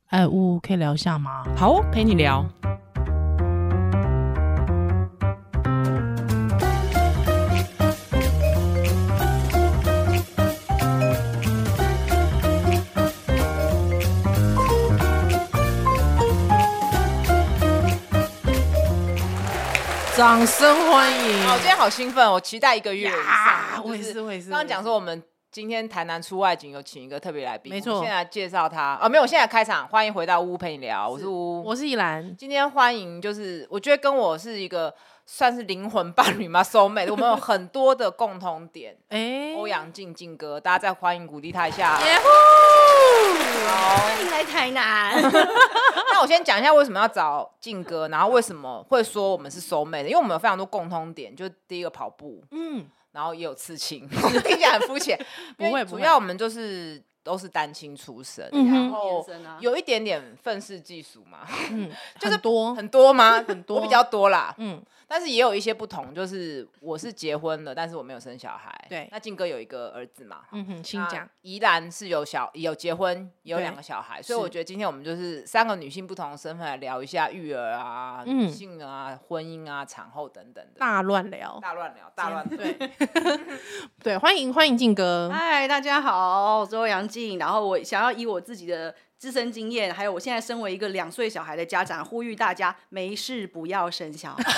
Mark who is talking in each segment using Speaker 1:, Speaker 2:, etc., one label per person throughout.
Speaker 1: 呜，可以聊一下吗？
Speaker 2: 好哦，陪你聊。
Speaker 1: 掌声欢迎！
Speaker 2: 我今天好兴奋，我期待1个月以上。
Speaker 1: 我也是。
Speaker 2: 刚刚讲说我们今天台南出外景有请一个特别来宾，
Speaker 1: 没错。
Speaker 2: 现在介绍他没有，现在开场，欢迎回到呜陪你聊，我是呜，
Speaker 1: 我是依兰。
Speaker 2: 今天欢迎就是我觉得跟我是一个算是灵魂伴侣吗 ？soulmate， 我们有很多的共同点。欧阳靖靖哥，大家再欢迎鼓励他一下。
Speaker 3: 好，欢迎来台南。
Speaker 2: 那我先讲一下为什么要找靖哥，然后为什么会说我们是 soulmate， 因为我们有非常多共通点，就是第一个跑步，然后也有刺青，听起来很肤浅，
Speaker 1: 不会，
Speaker 2: 主要我们就是都是单亲出身，然后有一点点愤世嫉俗嘛，
Speaker 1: 就是
Speaker 2: 很多吗？
Speaker 1: 很多，
Speaker 2: 我比较多啦，但是也有一些不同，就是我是结婚了，但是我没有生小孩。
Speaker 1: 对，
Speaker 2: 那靖哥有一个儿子嘛，
Speaker 1: 亲家。
Speaker 2: 宜兰是有结婚，也有2个小孩，所以我觉得今天我们就是3个女性不同的身份来聊一下育儿啊、女性啊、婚姻啊、产后等等的，
Speaker 1: 大乱聊。
Speaker 2: 对
Speaker 1: 对，欢迎靖哥。
Speaker 3: 嗨，大家好，我是欧阳靖，然后我想要以我自己的自身经验，还有我现在身为一个2岁小孩的家长，呼吁大家没事不要生小孩。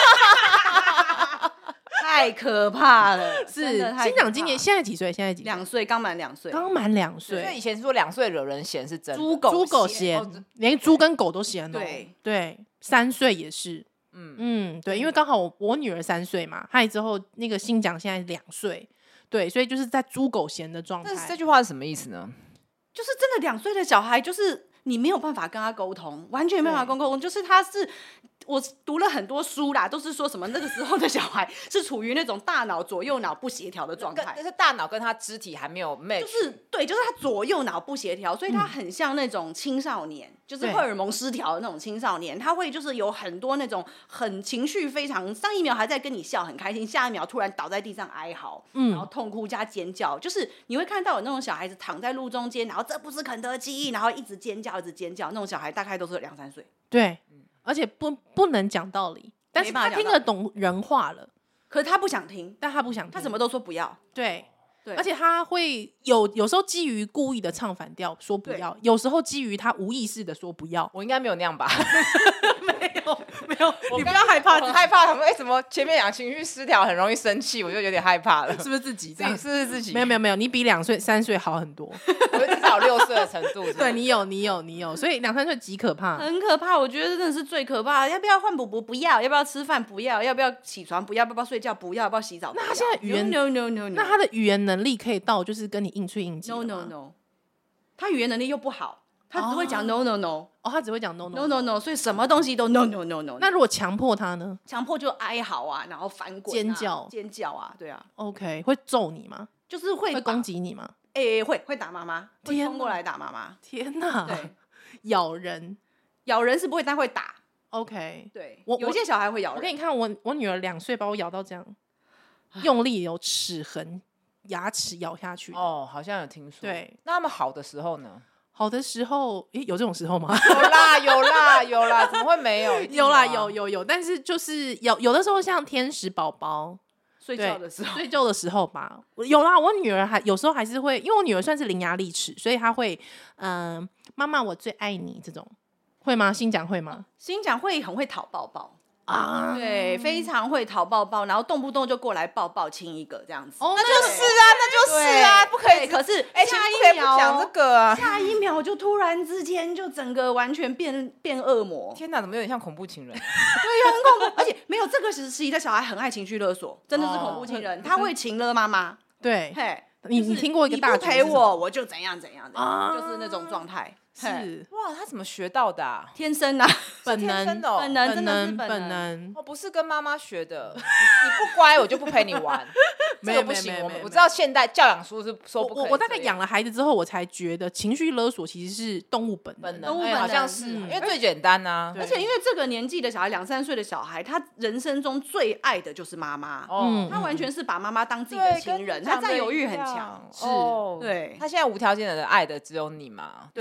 Speaker 3: 太可怕了，
Speaker 1: 是新长今年现在几岁？现在几岁
Speaker 3: ？2岁，刚满2岁，
Speaker 1: 刚满2岁。
Speaker 2: 所以以前说2岁惹人嫌是真的，
Speaker 3: 猪狗
Speaker 1: 嫌，连猪跟狗都嫌哦。对，3岁也是。对，因为刚好我女儿3岁嘛，害之后那个新长现在2岁，对，所以就是在猪狗嫌的状态。
Speaker 2: 这句话是什么意思呢？
Speaker 3: 就是真的2岁的小孩，就是你没有办法跟他沟通，完全没有办法沟通，就是我读了很多书啦，都是说什么那个时候的小孩是处于那种大脑左右脑不协调的状态，
Speaker 2: 就是大脑跟他肢体还没有 match，
Speaker 3: 就是他左右脑不协调，所以他很像那种青少年，就是荷尔蒙失调的那种青少年，他会就是有很多那种很情绪非常，上一秒还在跟你笑很开心，下一秒突然倒在地上哀嚎，然后痛哭加尖叫，就是你会看到有那种小孩子躺在路中间，然后这不是肯德基，然后一直尖叫一直尖叫，那种小孩大概都是2-3岁。
Speaker 1: 对。而且不能讲道理，但是他听得懂人话了，
Speaker 3: 可是他不想听，
Speaker 1: 但他不想听，
Speaker 3: 他什么都说不要。
Speaker 1: 对，而且他会有时候基于故意的唱反调说不要，有时候基于他无意识的说不要。
Speaker 2: 我应该没有那样吧？
Speaker 1: 没有，你不要害怕，
Speaker 2: 很害怕。他们怎么前面讲情绪失调很容易生气，我就有点害怕了。
Speaker 1: 是不是自己这样？
Speaker 2: 是不是自己？
Speaker 1: 没有，你比2岁3岁好很多。
Speaker 2: 我至少6岁的程度。
Speaker 1: 对，你有，所以2-3岁极可怕，
Speaker 3: 很可怕。我觉得真的是最可怕的。要不要换补不要，要不要吃饭不要，要不要起床不要，要不要睡觉不要不要洗澡不要。
Speaker 1: 那他现在语言
Speaker 3: no，
Speaker 1: 那他的语言能力可以到就是跟你应催应急
Speaker 3: no， 他语言能力又不好，他只会讲 no，
Speaker 1: 他只会讲
Speaker 3: no， 所以什么东西都 no。
Speaker 1: 那如果强迫他呢？
Speaker 3: 强迫就哀嚎啊，然后翻滚啊，尖叫啊，对啊。
Speaker 1: OK， 会揍你吗？
Speaker 3: 就是会
Speaker 1: 攻击你吗？
Speaker 3: 会打妈妈，会冲过来打妈妈。
Speaker 1: 天哪！对，咬人
Speaker 3: 是不会，但会打。
Speaker 1: OK，
Speaker 3: 对，有些小孩会咬人。
Speaker 1: 我给你看，我女儿2岁把我咬到这样，用力有齿痕，牙齿咬下去。
Speaker 2: 好像有听说。
Speaker 1: 对，
Speaker 2: 那他们好的时候呢？
Speaker 1: 好的时候，有这种时候吗？
Speaker 2: 有啦，怎么会没有？
Speaker 1: 有啦，有，但是就是有的时候像天使宝宝。
Speaker 3: 睡觉
Speaker 1: 的时候吧，有啦。我女儿有时候还是会，因为我女儿算是伶牙俐齿，所以她会，妈妈我最爱你这种，会吗？新讲会吗？
Speaker 3: 新讲会很会讨抱抱啊，对，非常会讨抱抱，然后动不动就过来抱抱亲一个这样子。
Speaker 2: 那就是啊，不可以。
Speaker 3: 可是
Speaker 2: 下一秒讲这个啊，
Speaker 3: 下一秒就突然之间就整个完全变恶魔。
Speaker 2: 天哪，怎么有点像恐怖情人？
Speaker 3: 对，很恐怖。而且没有这个时期的小孩很爱情绪勒索，真的是恐怖情人，他会情勒妈妈。
Speaker 1: 对，你听过一个大
Speaker 3: 你不陪我就怎样，就是那种状态。
Speaker 1: 是
Speaker 2: 哇，他怎么学到的啊？
Speaker 3: 天生啊，
Speaker 1: 本能，
Speaker 3: 真的是本能。
Speaker 2: 我不是跟妈妈学的，你不乖我就不陪你玩，这个不行。我知道现代教养书是说不可以。
Speaker 1: 我大概养了孩子之后，我才觉得情绪勒索其实是动物本能，
Speaker 2: 好像是，因为最简单啊。
Speaker 3: 而且因为这个年纪的小孩，2-3岁的小孩，他人生中最爱的就是妈妈，他完全是把妈妈当自己的亲人，他占有欲很强。
Speaker 2: 是，对，他现在无条件的爱的只有你嘛。听到这种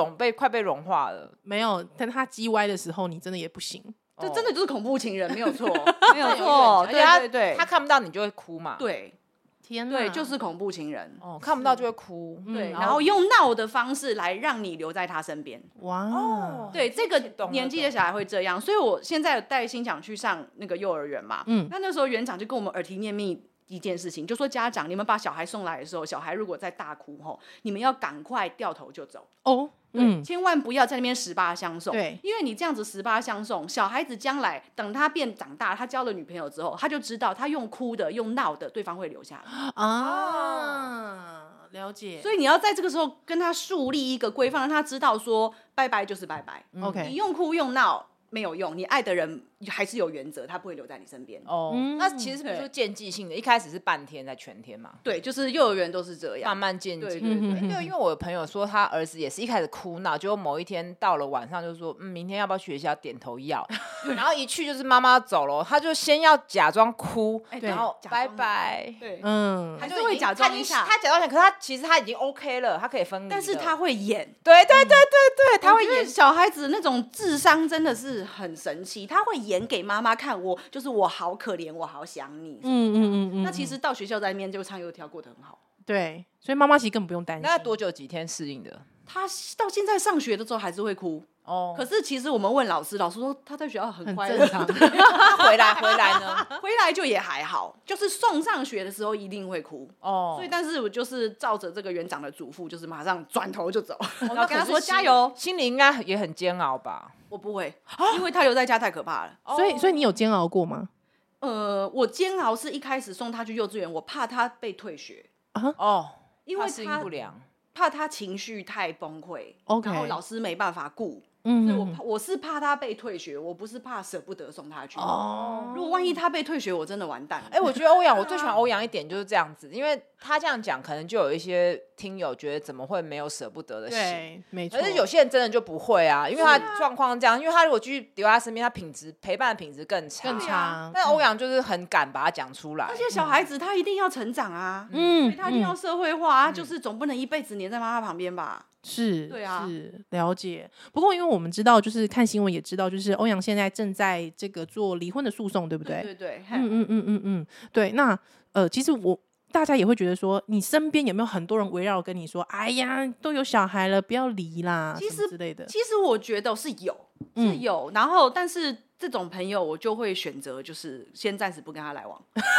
Speaker 2: 快被融化了。
Speaker 1: 没有，但他叽歪的时候，你真的也不行。
Speaker 3: 这真的就是恐怖情人，没有错，没有错。对，
Speaker 2: 他看不到你就会哭嘛。
Speaker 3: 对，
Speaker 1: 天哪，
Speaker 3: 对，就是恐怖情人。
Speaker 2: 看不到就会哭。
Speaker 3: 对，然后用闹的方式来让你留在他身边。
Speaker 1: 哇，
Speaker 3: 对，这个年纪的小孩会这样，所以我现在有带心想去上那个幼儿园嘛。那时候园长就跟我们耳提面命一件事情，就说家长你们把小孩送来的时候，小孩如果在大哭你们要赶快掉头就走。千万不要在那边18相送。
Speaker 1: 对，
Speaker 3: 因为你这样子18相送，小孩子将来等他长大，他交了女朋友之后，他就知道他用哭的、用闹的，对方会留下来
Speaker 1: 啊。了解。
Speaker 3: 所以你要在这个时候跟他树立一个规范，让他知道说拜拜就是拜拜。
Speaker 1: OK，
Speaker 3: 你用哭用闹没有用，你爱的人还是有原则，他不会留在你身边。
Speaker 2: 那其实是比如说渐进性的，一开始是半天再全天嘛。
Speaker 3: 对，就是幼儿园都是这样，
Speaker 2: 慢慢渐进。
Speaker 3: 对，
Speaker 2: 因为我的朋友说他儿子也是一开始哭闹，结果某一天到了晚上就说明天要不要去学校点头要，然后一去就是妈妈走了，他就先要假装哭，然后拜拜。
Speaker 3: 对，
Speaker 2: 还
Speaker 3: 是会假装一下，
Speaker 2: 他假装一下，可是其实他已经 OK 了，他可以分离，
Speaker 3: 但是他会演。
Speaker 2: 对，他会演。
Speaker 3: 小孩子那种智商真的是很神奇，他会演给妈妈看，我好可怜，我好想你。那其实到学校在那边就唱又跳，过得很好。
Speaker 1: 对，所以妈妈其实根本不用担心。
Speaker 2: 那多久几天适应的？
Speaker 3: 他到现在上学的时候还是会哭。可是其实我们问老师说他在学校很快乐，
Speaker 1: 正常。
Speaker 2: 回来呢？
Speaker 3: 回来就也还好，就是送上学的时候一定会哭。所以但是我就是照着这个园长的嘱咐，就是马上转头就走，然后跟他说加油。
Speaker 2: 心里应该也很煎熬吧？
Speaker 3: 我不会，因为他留在家太可怕了。
Speaker 1: 所以你有煎熬过吗？
Speaker 3: 我煎熬是一开始送他去幼稚园，我怕他被退学因为
Speaker 2: 适应不良，
Speaker 3: 怕他情绪太崩溃，然后老师没办法顾。所以我是怕他被退学，我不是怕舍不得送他去。如果万一他被退学，我真的完蛋了。
Speaker 2: 我觉得欧阳，我最喜欢欧阳一点就是这样子，因为他这样讲，可能就有一些听友觉得怎么会没有舍不得的心？
Speaker 1: 对，没错。
Speaker 2: 可是有些人真的就不会啊，因为他状况这样，因为他如果继续留在他身边，他陪伴的品质更差。但欧阳就是很敢把它讲出来，
Speaker 3: 而且小孩子他一定要成长啊，所以他一定要社会化，就是总不能一辈子黏在妈妈旁边吧。
Speaker 1: 是，
Speaker 3: 对啊，
Speaker 1: 是了解。不过，因为我们知道，就是看新闻也知道，就是欧阳现在正在这个做离婚的诉讼，对不对？
Speaker 3: 对，
Speaker 1: 对。那其实大家也会觉得说，你身边有没有很多人围绕跟你说，哎呀，都有小孩了，不要离啦，
Speaker 3: 其实
Speaker 1: 之类的。
Speaker 3: 其实我觉得是有，然后但是这种朋友我就会选择就是先暂时不跟他来往。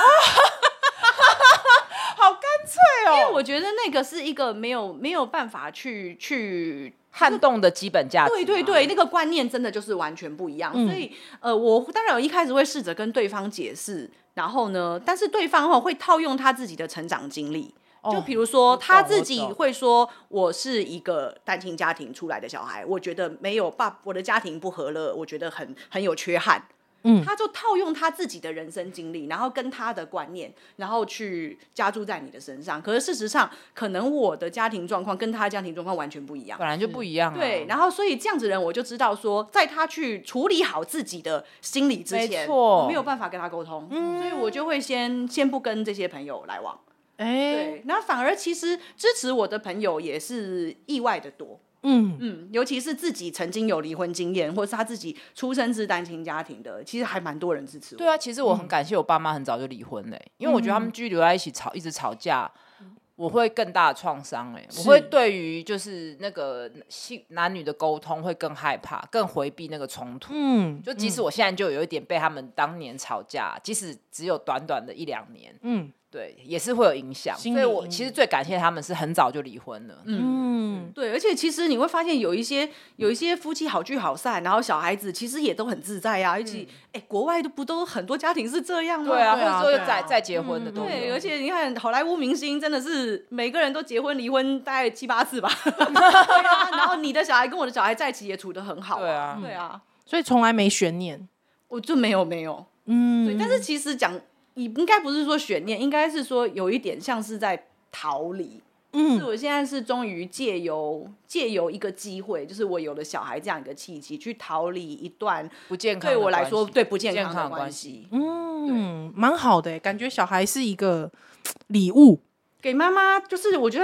Speaker 2: 好干脆
Speaker 3: 因为我觉得那个是一个没有办法去
Speaker 2: 撼动的基本价值。
Speaker 3: 对，那个观念真的就是完全不一样。所以我当然一开始会试着跟对方解释，然后呢，但是对方会套用他自己的成长经历。就比如说他自己会说，我是一个单亲家庭出来的小孩，我觉得没有我的家庭不和乐，我觉得很有缺憾。他就套用他自己的人生经历，然后跟他的观念，然后去加注在你的身上。可是事实上，可能我的家庭状况跟他的家庭状况完全不一样，
Speaker 2: 本来就不一样。
Speaker 3: 对，然后所以这样子的人，我就知道说，在他去处理好自己的心理之前，我没有办法跟他沟通，所以我就会先不跟这些朋友来往。对，那反而其实支持我的朋友也是意外的多。尤其是自己曾经有离婚经验，或是他自己出生自单亲家庭的，其实还蛮多人支持我。
Speaker 2: 对啊，其实我很感谢我爸妈很早就离婚嘞，因为我觉得他们继续留在一起一直吵架，我会更大的创伤我会对于就是那个男女的沟通会更害怕，更回避那个冲突。就即使我现在就有一点被他们当年吵架，即使只有短短的1-2年，对，也是会有影响。所以我其实最感谢他们是很早就离婚了。
Speaker 3: 对，而且其实你会发现有一些夫妻好聚好散，然后小孩子其实也都很自在啊。而且国外不都很多家庭是这样吗？
Speaker 2: 对啊，或者说再结婚的都有。
Speaker 3: 对，而且你看好莱坞明星真的是每个人都结婚离婚大概7-8次吧。对啊，然后你的小孩跟我的小孩在一起也处得很好。
Speaker 2: 对啊，
Speaker 3: 对啊，
Speaker 1: 所以从来没悬念。
Speaker 3: 我就没有。对，但是其实应该不是说悬念，应该是说有一点像是在逃离。所以我现在是终于借由一个机会，就是我有了小孩这样一个契机，去逃离一段
Speaker 2: 不健康
Speaker 3: 对我来说不健
Speaker 2: 康
Speaker 3: 的关系。
Speaker 1: 蛮好的，感觉小孩是一个礼物
Speaker 3: 给妈妈，就是我觉得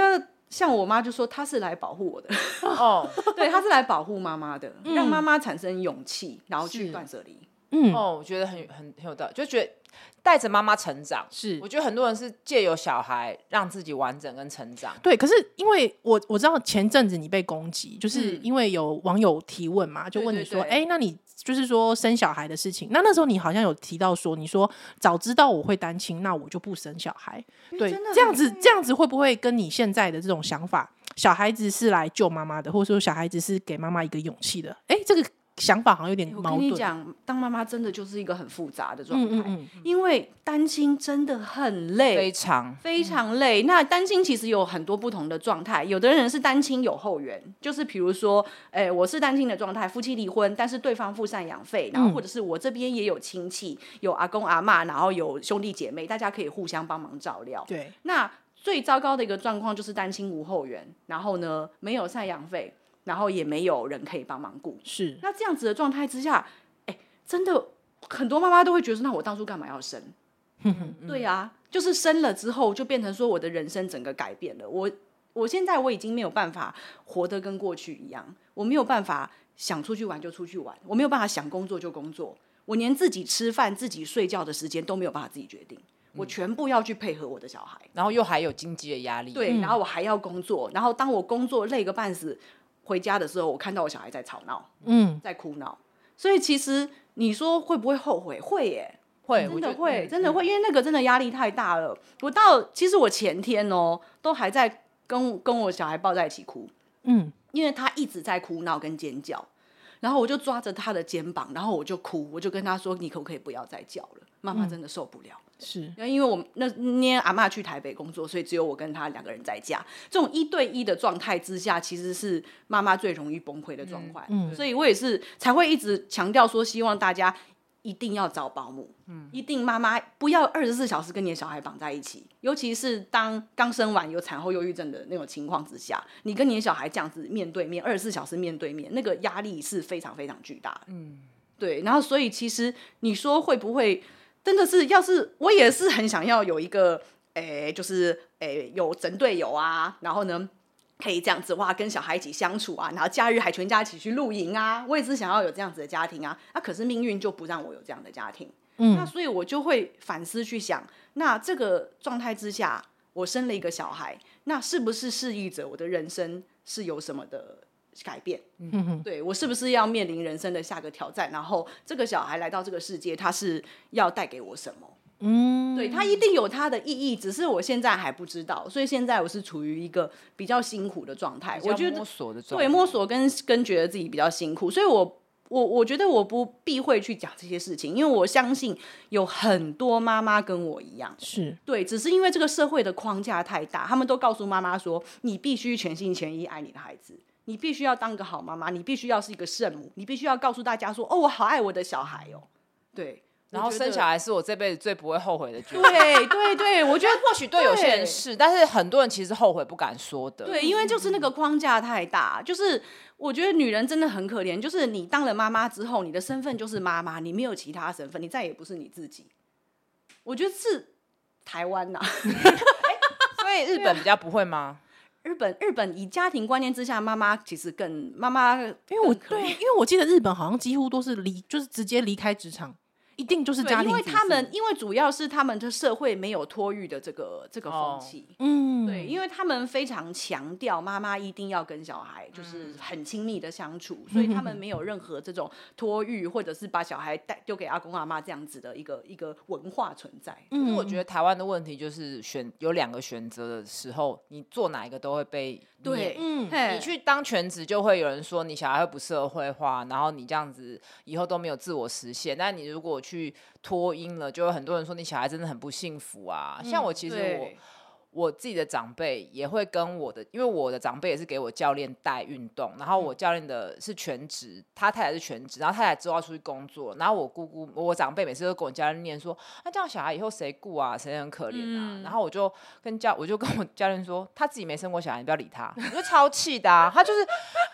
Speaker 3: 像我妈就说她是来保护我的哦，对，她是来保护妈妈的，让妈妈产生勇气，然后去断舍离。
Speaker 2: 我觉得很有道理，就觉得带着妈妈成长。是，我觉得很多人是借由小孩让自己完整跟成长。
Speaker 1: 对，可是因为我知道前阵子你被攻击，就是因为有网友提问嘛，就问你说，那你就是说生小孩的事情，那时候你好像有提到说，你说早知道我会单亲，那我就不生小孩。对，这样子会不会跟你现在的这种想法，小孩子是来救妈妈的，或者说小孩子是给妈妈一个勇气的？这个想法好像有点矛盾。
Speaker 3: 我跟你讲，当妈妈真的就是一个很复杂的状态，因为单亲真的很累，
Speaker 2: 非常
Speaker 3: 非常累。那单亲其实有很多不同的状态，有的人是单亲有后援，就是比如说，我是单亲的状态，夫妻离婚，但是对方付赡养费，然后或者是我这边也有亲戚，有阿公阿嬷，然后有兄弟姐妹，大家可以互相帮忙照料。
Speaker 1: 对，
Speaker 3: 那最糟糕的一个状况就是单亲无后援，然后呢没有赡养费。然后也没有人可以帮忙顾，
Speaker 1: 是
Speaker 3: 那这样子的状态之下，真的很多妈妈都会觉得说，那我当初干嘛要生？对啊，就是生了之后就变成说我的人生整个改变了。我现在我已经没有办法活得跟过去一样，我没有办法想出去玩就出去玩，我没有办法想工作就工作，我连自己吃饭、自己睡觉的时间都没有办法自己决定。我全部要去配合我的小孩，
Speaker 2: 然后又还有经济的压力，
Speaker 3: 对，然后我还要工作，然后当我工作累个半死。回家的时候，我看到我小孩在吵闹，在哭闹，所以其实你说会不会后悔？会耶，
Speaker 2: 会，
Speaker 3: 真的会，真的会，因为那个真的压力太大了。其实我前天都还在跟我小孩抱在一起哭，因为他一直在哭闹跟尖叫，然后我就抓着他的肩膀，然后我就哭，我就跟他说：“你可不可以不要再叫了？妈妈真的受不了。”
Speaker 1: 是，
Speaker 3: 因为我那天阿嬷去台北工作，所以只有我跟她2个人在家。这种1对1的状态之下，其实是妈妈最容易崩溃的状态。所以我也是才会一直强调说，希望大家一定要找保姆，一定妈妈不要24小时跟你的小孩绑在一起，尤其是当刚生完有产后忧郁症的那种情况之下，你跟你的小孩这样子面对面24小时面对面，那个压力是非常非常巨大的。对，然后所以其实你说会不会？真的是，要是我也是很想要有一个，就是有神队友啊，然后呢，可以这样子哇，跟小孩一起相处啊，然后假日还全家一起去露营啊，我也是想要有这样子的家庭啊，可是命运就不让我有这样的家庭，那所以我就会反思去想，那这个状态之下，我生了一个小孩，那是不是示意着我的人生是有什么的改变？对，我是不是要面临人生的下个挑战？然后这个小孩来到这个世界，他是要带给我什么？对，他一定有他的意义，只是我现在还不知道，所以现在我是处于一个比较辛苦的状态，我觉得
Speaker 2: 摸索的状态，
Speaker 3: 对，摸索跟觉得自己比较辛苦，所以我觉得我不避讳去讲这些事情，因为我相信有很多妈妈跟我一样，
Speaker 1: 是
Speaker 3: 对，只是因为这个社会的框架太大，他们都告诉妈妈说，你必须全心全意爱你的孩子。你必须要当个好妈妈，你必须要是一个圣母，你必须要告诉大家说，我好爱我的小孩哦。对，
Speaker 2: 然后生小孩是我这辈子最不会后悔的决定。
Speaker 3: 对，我觉得
Speaker 2: 或许对有些人是，但是很多人其实后悔不敢说的。
Speaker 3: 对，因为就是那个框架太大，就是我觉得女人真的很可怜，就是你当了妈妈之后，你的身份就是妈妈，你没有其他身份，你再也不是你自己。我觉得是台湾呐，
Speaker 2: 所以日本比较不会吗？
Speaker 3: 日本以家庭观念之下，妈妈其实妈妈，因
Speaker 1: 为我记得日本好像几乎都是就是直接离开职场，一定就是家庭主妇。
Speaker 3: 因为主要是他们的社会没有托育的这个风气，对，因为他们非常强调妈妈一定要跟小孩就是很亲密的相处，所以他们没有任何这种托育或者是把小孩丢给阿公阿妈这样子的一个文化存在。
Speaker 2: 可是我觉得台湾的问题就是有2个选择的时候，你做哪一个都会被
Speaker 3: 对，
Speaker 2: 你去当全职就会有人说你小孩会不社会化，然后你这样子以后都没有自我实现。但你如果去托婴了，就有很多人说你小孩真的很不幸福啊。像我其实我自己的长辈也会跟因为我的长辈也是给我教练带运动，然后我教练的是全职，他太太是全职，然后太太之后要出去工作，然后我长辈每次都跟我教练念说，那这样小孩以后谁顾啊，谁很可怜啊，然后我就跟我教练说，他自己没生过小孩，你不要理他，我就超气的啊，他就是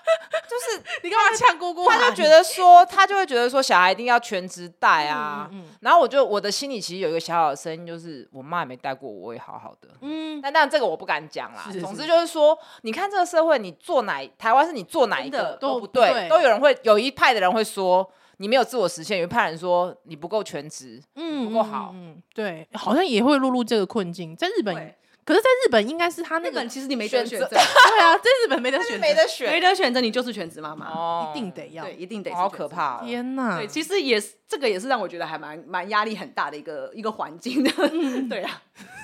Speaker 2: 就是
Speaker 1: 你干嘛呛姑姑？
Speaker 2: 他就会觉得说小孩一定要全职带啊。然后我的心里其实有一个小小的声音，就是我妈也没带过我，我也好好的。但当然这个我不敢讲啦。总之就是说，你看这个社会，台湾是你做哪一个都不对，都有一派的人会说你没有自我实现，有一派人说你不够全职，不够好。
Speaker 1: 对，好像也会落入这个困境。在日本，可是在日本应该是他那个，
Speaker 3: 日本其实你没得选择。对
Speaker 1: 啊，在日本没得选择，
Speaker 3: 没得选择，你就是全职妈妈，
Speaker 1: 一定得要，
Speaker 3: 对，一定得。
Speaker 2: 好可怕！
Speaker 1: 天哪！
Speaker 3: 对，其实这个也是让我觉得还蛮压力很大的一个环境的。对啊。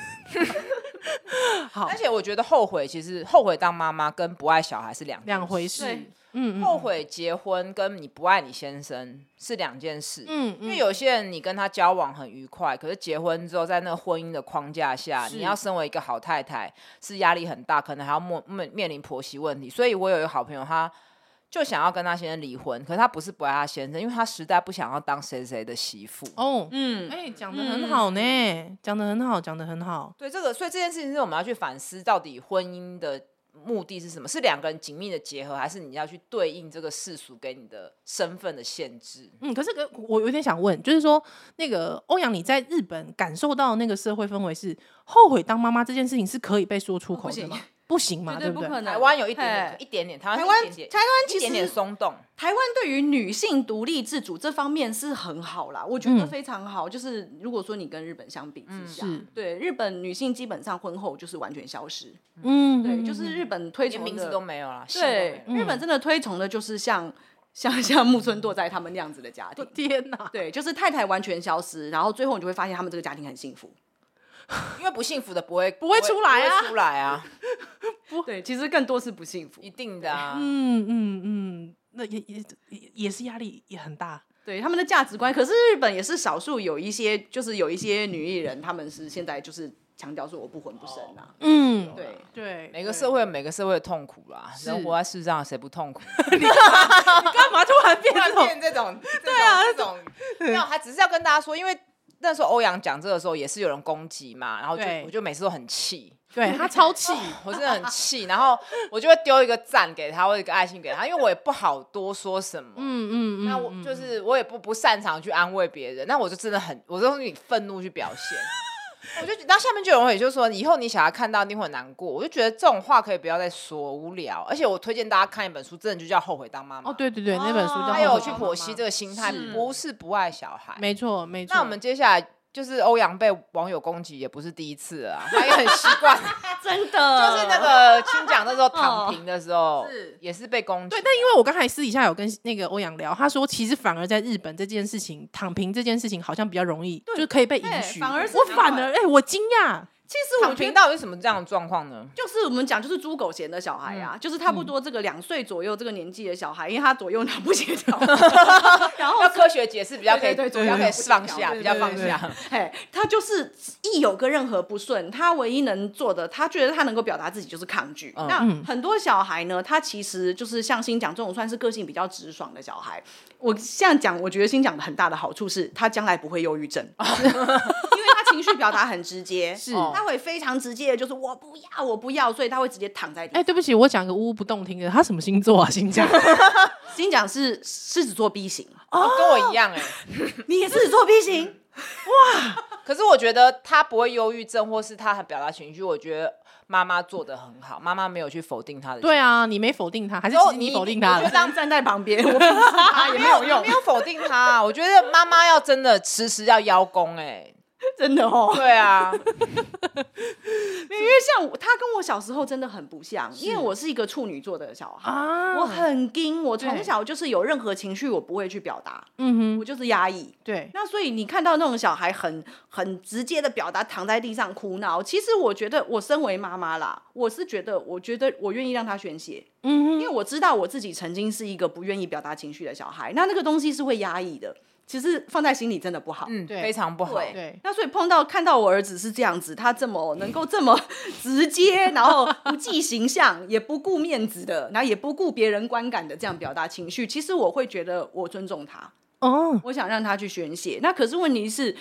Speaker 1: 好，
Speaker 2: 而且我觉得后悔当妈妈跟不爱小孩是两
Speaker 1: 回事。
Speaker 2: 后悔结婚跟你不爱你先生是两件事。因为有些人你跟他交往很愉快，可是结婚之后在那个婚姻的框架下，你要身为一个好太太是压力很大，可能还要面临婆媳问题。所以我有一个好朋友，他就想要跟他先生离婚，可是他不是不爱他先生，因为他实在不想要当谁谁的媳妇。
Speaker 1: 讲得很好呢，讲得很好。
Speaker 2: 对，所以这件事情是我们要去反思，到底婚姻的目的是什么？是两个人紧密的结合，还是你要去对应这个世俗给你的身份的限制？
Speaker 1: 可是我有点想问，就是说那个欧阳，你在日本感受到那个社会氛围是后悔当妈妈这件事情是可以被说出口的吗？不行嘛，对不对？
Speaker 3: 不可能。
Speaker 2: 台湾有一点点，台湾其实一点点松动。
Speaker 3: 台湾对于女性独立自主这方面是很好啦，我觉得非常好。就是如果说你跟日本相比之下，对日本女性基本上婚后就是完全消失。对，就是日本推崇的
Speaker 2: 名字都没有啦。
Speaker 3: 对，日本真的推崇的就是像木村拓哉他们那样子的家庭。
Speaker 1: 天哪！
Speaker 3: 对，就是太太完全消失，然后最后你就会发现他们这个家庭很幸福。
Speaker 2: 因为不幸福的不会
Speaker 1: 出来啊，
Speaker 3: 对，其实更多是不幸福，
Speaker 2: 一定的啊。
Speaker 1: 那也是压力也很大。
Speaker 3: 对他们的价值观，可是日本也是少数有一些女艺人，他们是现在就是强调说我不婚不生啊。
Speaker 1: 对，
Speaker 2: 每个社会有每个社会的痛苦啦，人活在世上谁不痛苦？
Speaker 1: 你干嘛突然变
Speaker 2: 这种？对啊，这种没有，还只是要跟大家说，因为那时候欧阳讲这个时候也是有人攻击嘛，然后我就每次都很气。
Speaker 1: 对他超气，
Speaker 2: 我真的很气，然后我就会丢一个赞给他或者一个爱心给他，因为我也不好多说什么。那我也不擅长去安慰别人，那我就真的我就用愤怒去表现。然后下面就有人也就是说，以后你小孩看到一定会很难过。我就觉得这种话可以不要再说，无聊。而且我推荐大家看一本书，真的就叫《后悔当妈妈》。
Speaker 1: 对，那本书叫《后悔当妈妈》。
Speaker 2: 还有去剖析这个心态，不是不爱小孩。
Speaker 1: 没错。
Speaker 2: 那我们接下来。就是欧阳被网友攻击也不是第一次了，他也很习惯，
Speaker 3: 真的。
Speaker 2: 就是那个青讲那时候躺平的时候，也是被攻击。
Speaker 1: 对，但因为我刚才私底下有跟那个欧阳聊，他说其实反而在日本这件事情，躺平这件事情好像比较容易，就是可以被允许。我惊讶。
Speaker 3: 其实
Speaker 2: 躺平到底是什么这样的状况呢？
Speaker 3: 就是我们讲就是猪狗嫌的小孩啊，就是差不多这个2岁左右这个年纪的小孩，因为他左右脑不协调，
Speaker 2: 然后要科学解释比较可以放下，比较放下。
Speaker 3: 他就是一有个任何不顺，他唯一能做的，他觉得他能够表达自己就是抗拒。那很多小孩呢，他其实就是像新讲这种算是个性比较直爽的小孩。我这样讲，我觉得新讲的很大的好处是他将来不会忧郁症，因为他情绪表达很直接，
Speaker 1: 是
Speaker 3: 他会非常直接的，就是我不要，所以他会直接躺在地上。
Speaker 1: 对不起，我讲个呜呜不动听的，他什么星座啊？新讲，
Speaker 3: 新讲是狮子座 B 型，
Speaker 2: 跟我一样
Speaker 3: 你也狮子座 B 型，
Speaker 2: 哇！可是我觉得他不会忧郁症，或是他很表达情绪，我觉得妈妈做得很好，妈妈没有去否定他的情绪。
Speaker 1: 对啊，你没否定他，还是其实你否定他了？
Speaker 3: 我就当站在旁边，我他也没有用，
Speaker 2: 没有否定他。我觉得妈妈要真的时时要邀功
Speaker 3: 真的哦。
Speaker 2: 对啊，
Speaker 3: 因为像他跟我小时候真的很不像，因为我是一个处女座的小孩，我很硬，我从小就是有任何情绪我不会去表达，我就是压抑。
Speaker 1: 对，
Speaker 3: 那所以你看到那种小孩很直接的表达，躺在地上哭闹，其实我觉得我身为妈妈啦，我觉得我愿意让他宣泄，因为我知道我自己曾经是一个不愿意表达情绪的小孩，那个东西是会压抑的。其实放在心里真的不好，
Speaker 2: 对，非常不好。
Speaker 3: 对，那所以看到我儿子是这样子，他能够这么直接，然后不计形象，也不顾面子的，然后也不顾别人观感的这样表达情绪，其实我会觉得我尊重他，我想让他去宣泄。那可是问题是，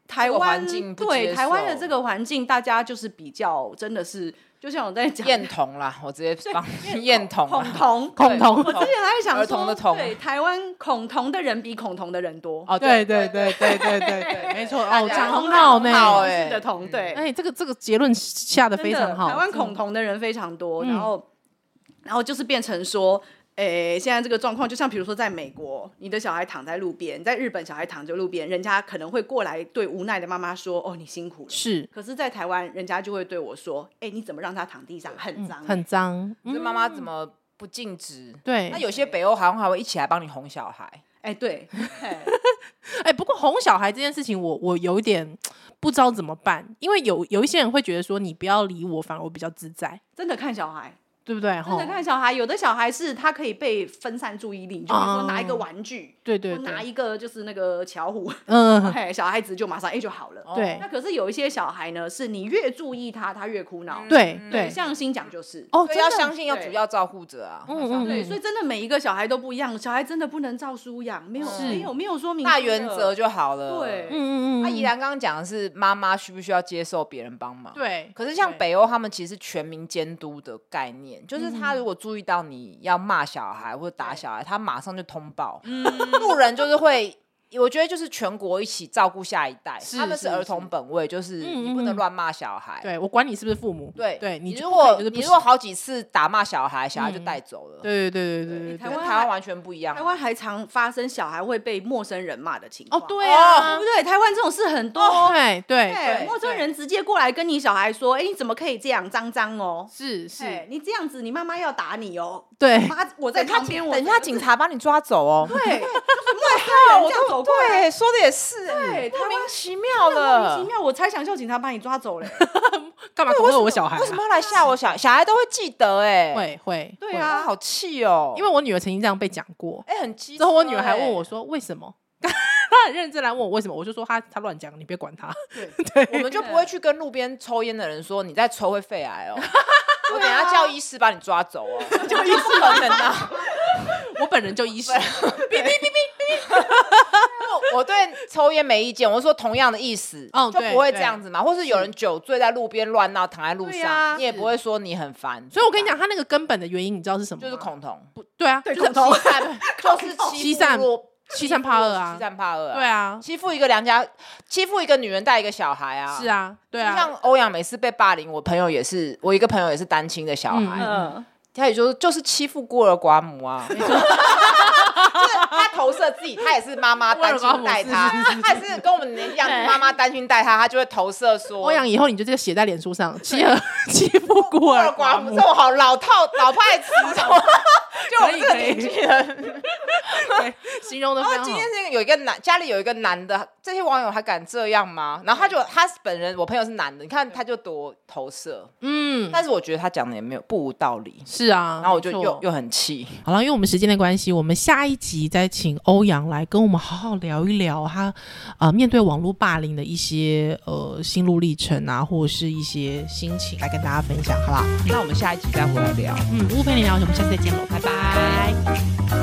Speaker 3: 台湾
Speaker 2: 对
Speaker 3: 台湾的这个环境，大家就是比较真的是，就像我在讲
Speaker 2: 厌童啦，我直接放厌童、
Speaker 3: 恐同。
Speaker 1: 我
Speaker 3: 之前还在想说，
Speaker 2: 儿童的童，
Speaker 3: 对，台湾恐同的人比恐同的人多。
Speaker 1: 哦，对，没错，哦，讲很好呢，
Speaker 3: 是的同，对，
Speaker 1: 哎，这个结论下的非常好，
Speaker 3: 台湾恐同的人非常多，然后就是变成说。现在这个状况，就像比如说，在美国，你的小孩躺在路边；在日本，小孩躺在路边，人家可能会过来对无奈的妈妈说：“哦，你辛苦了。”
Speaker 1: 是。
Speaker 3: 可是，在台湾，人家就会对我说：“你怎么让他躺地上？很脏，
Speaker 1: 很脏。”
Speaker 2: 这妈妈怎么不尽职？
Speaker 1: 对。
Speaker 2: 那有些北欧好像还会一起来帮你哄小孩。
Speaker 3: 对。
Speaker 1: 不过哄小孩这件事情，我有一点不知道怎么办，因为有一些人会觉得说，你不要理我，反而我比较自在。
Speaker 3: 真的看小孩。
Speaker 1: 对不对？
Speaker 3: 真的看小孩，有的小孩是他可以被分散注意力，就比如说拿一个玩具，
Speaker 1: 对，
Speaker 3: 拿一个就是那个巧虎，小孩子就马上就好了。
Speaker 1: 对，
Speaker 3: 那可是有一些小孩呢，是你越注意他，他越哭闹。
Speaker 1: 对，
Speaker 3: 像新讲就是
Speaker 2: 所以要相信要主要照顾者啊。
Speaker 3: 对，所以真的每一个小孩都不一样，小孩真的不能照书养，没有说明
Speaker 2: 大原则就好了。
Speaker 3: 对，
Speaker 2: 那宜兰刚刚讲的是妈妈需不需要接受别人帮忙？
Speaker 1: 对，
Speaker 2: 可是像北欧他们其实全民监督的概念，就是他如果注意到你要骂小孩或者打小孩，他马上就通报。路人就是会，我觉得就是全国一起照顾下一代，他们是儿童本位，就是你不能乱骂小孩。
Speaker 1: 对，我管你是不是父母。
Speaker 2: 对，
Speaker 1: 你
Speaker 2: 如果好几次打骂小孩，小孩就带走了。
Speaker 1: 对，
Speaker 2: 跟台湾完全不一样。
Speaker 3: 台湾还常发生小孩会被陌生人骂的情况。
Speaker 1: 对啊，
Speaker 3: 对不对？台湾这种事很多。
Speaker 1: 对，
Speaker 3: 陌生人直接过来跟你小孩说：“你怎么可以这样，脏脏哦？”
Speaker 1: 是，
Speaker 3: 你这样子，你妈妈要打你哦。
Speaker 1: 对，
Speaker 3: 我在旁边，
Speaker 2: 等一下警察把你抓走哦。
Speaker 3: 对，就是陌生人这样走过来。
Speaker 2: 对，说的也是，
Speaker 3: 对，
Speaker 2: 莫名其妙了，
Speaker 3: 莫名其妙，我才想叫警察把你抓走嘞。
Speaker 1: 干嘛恐吓我小孩？
Speaker 2: 为什么要来吓我小孩都会记得
Speaker 1: 会，
Speaker 3: 对啊，
Speaker 2: 好气哦。
Speaker 1: 因为我女儿曾经这样被讲过，
Speaker 2: 很气。
Speaker 1: 之后我女儿还问我说为什么。他很认真来问我为什么，我就说他乱讲，你别管他。
Speaker 2: 对，我们就不会去跟路边抽烟的人说你在抽会肺癌哦。我等一下叫医师把你抓走哦。
Speaker 1: 叫医师
Speaker 2: 可能啊。
Speaker 1: 我本人就医师。
Speaker 2: 我对抽烟没意见，我说同样的意思，就不会这样子嘛。或是有人酒醉在路边乱闹，躺在路上，你也不会说你很烦。
Speaker 1: 所以我跟你讲，他那个根本的原因，你知道是什么吗？
Speaker 2: 就是恐同。
Speaker 1: 对啊，
Speaker 3: 就是恐同，
Speaker 2: 就是
Speaker 1: 欺善怕恶啊，
Speaker 2: 欺善怕恶。
Speaker 1: 对啊，
Speaker 2: 欺负一个女人带一个小孩啊。
Speaker 1: 是啊，对啊。
Speaker 2: 就像欧阳每次被霸凌，我一个朋友也是单亲的小孩，他也就是欺负孤儿寡母啊。就是他投射自己，他也是妈妈单亲带他，他也是跟我们一样，妈妈单亲带他就会投射说，
Speaker 1: 欧阳以后你就这个写在脸书上，欺负孤儿寡母，
Speaker 2: 这种好老派词，就我们这个年纪人，
Speaker 1: 形容的非常好。
Speaker 2: 今天是家里有一个男的，这些网友还敢这样吗？然后他本人，我朋友是男的，你看他就多投射，但是我觉得他讲的也没有不无道理。
Speaker 1: 是啊，
Speaker 2: 然后我就又很气。
Speaker 1: 好了，因为我们时间的关系，我们下一集再请欧阳来跟我们好好聊一聊他面对网络霸凌的一些心路历程啊，或者是一些心情来跟大家分享，好不好？
Speaker 2: 那我们下一集再回来聊。
Speaker 1: 屋陪你聊，我们下次再见喽，拜拜。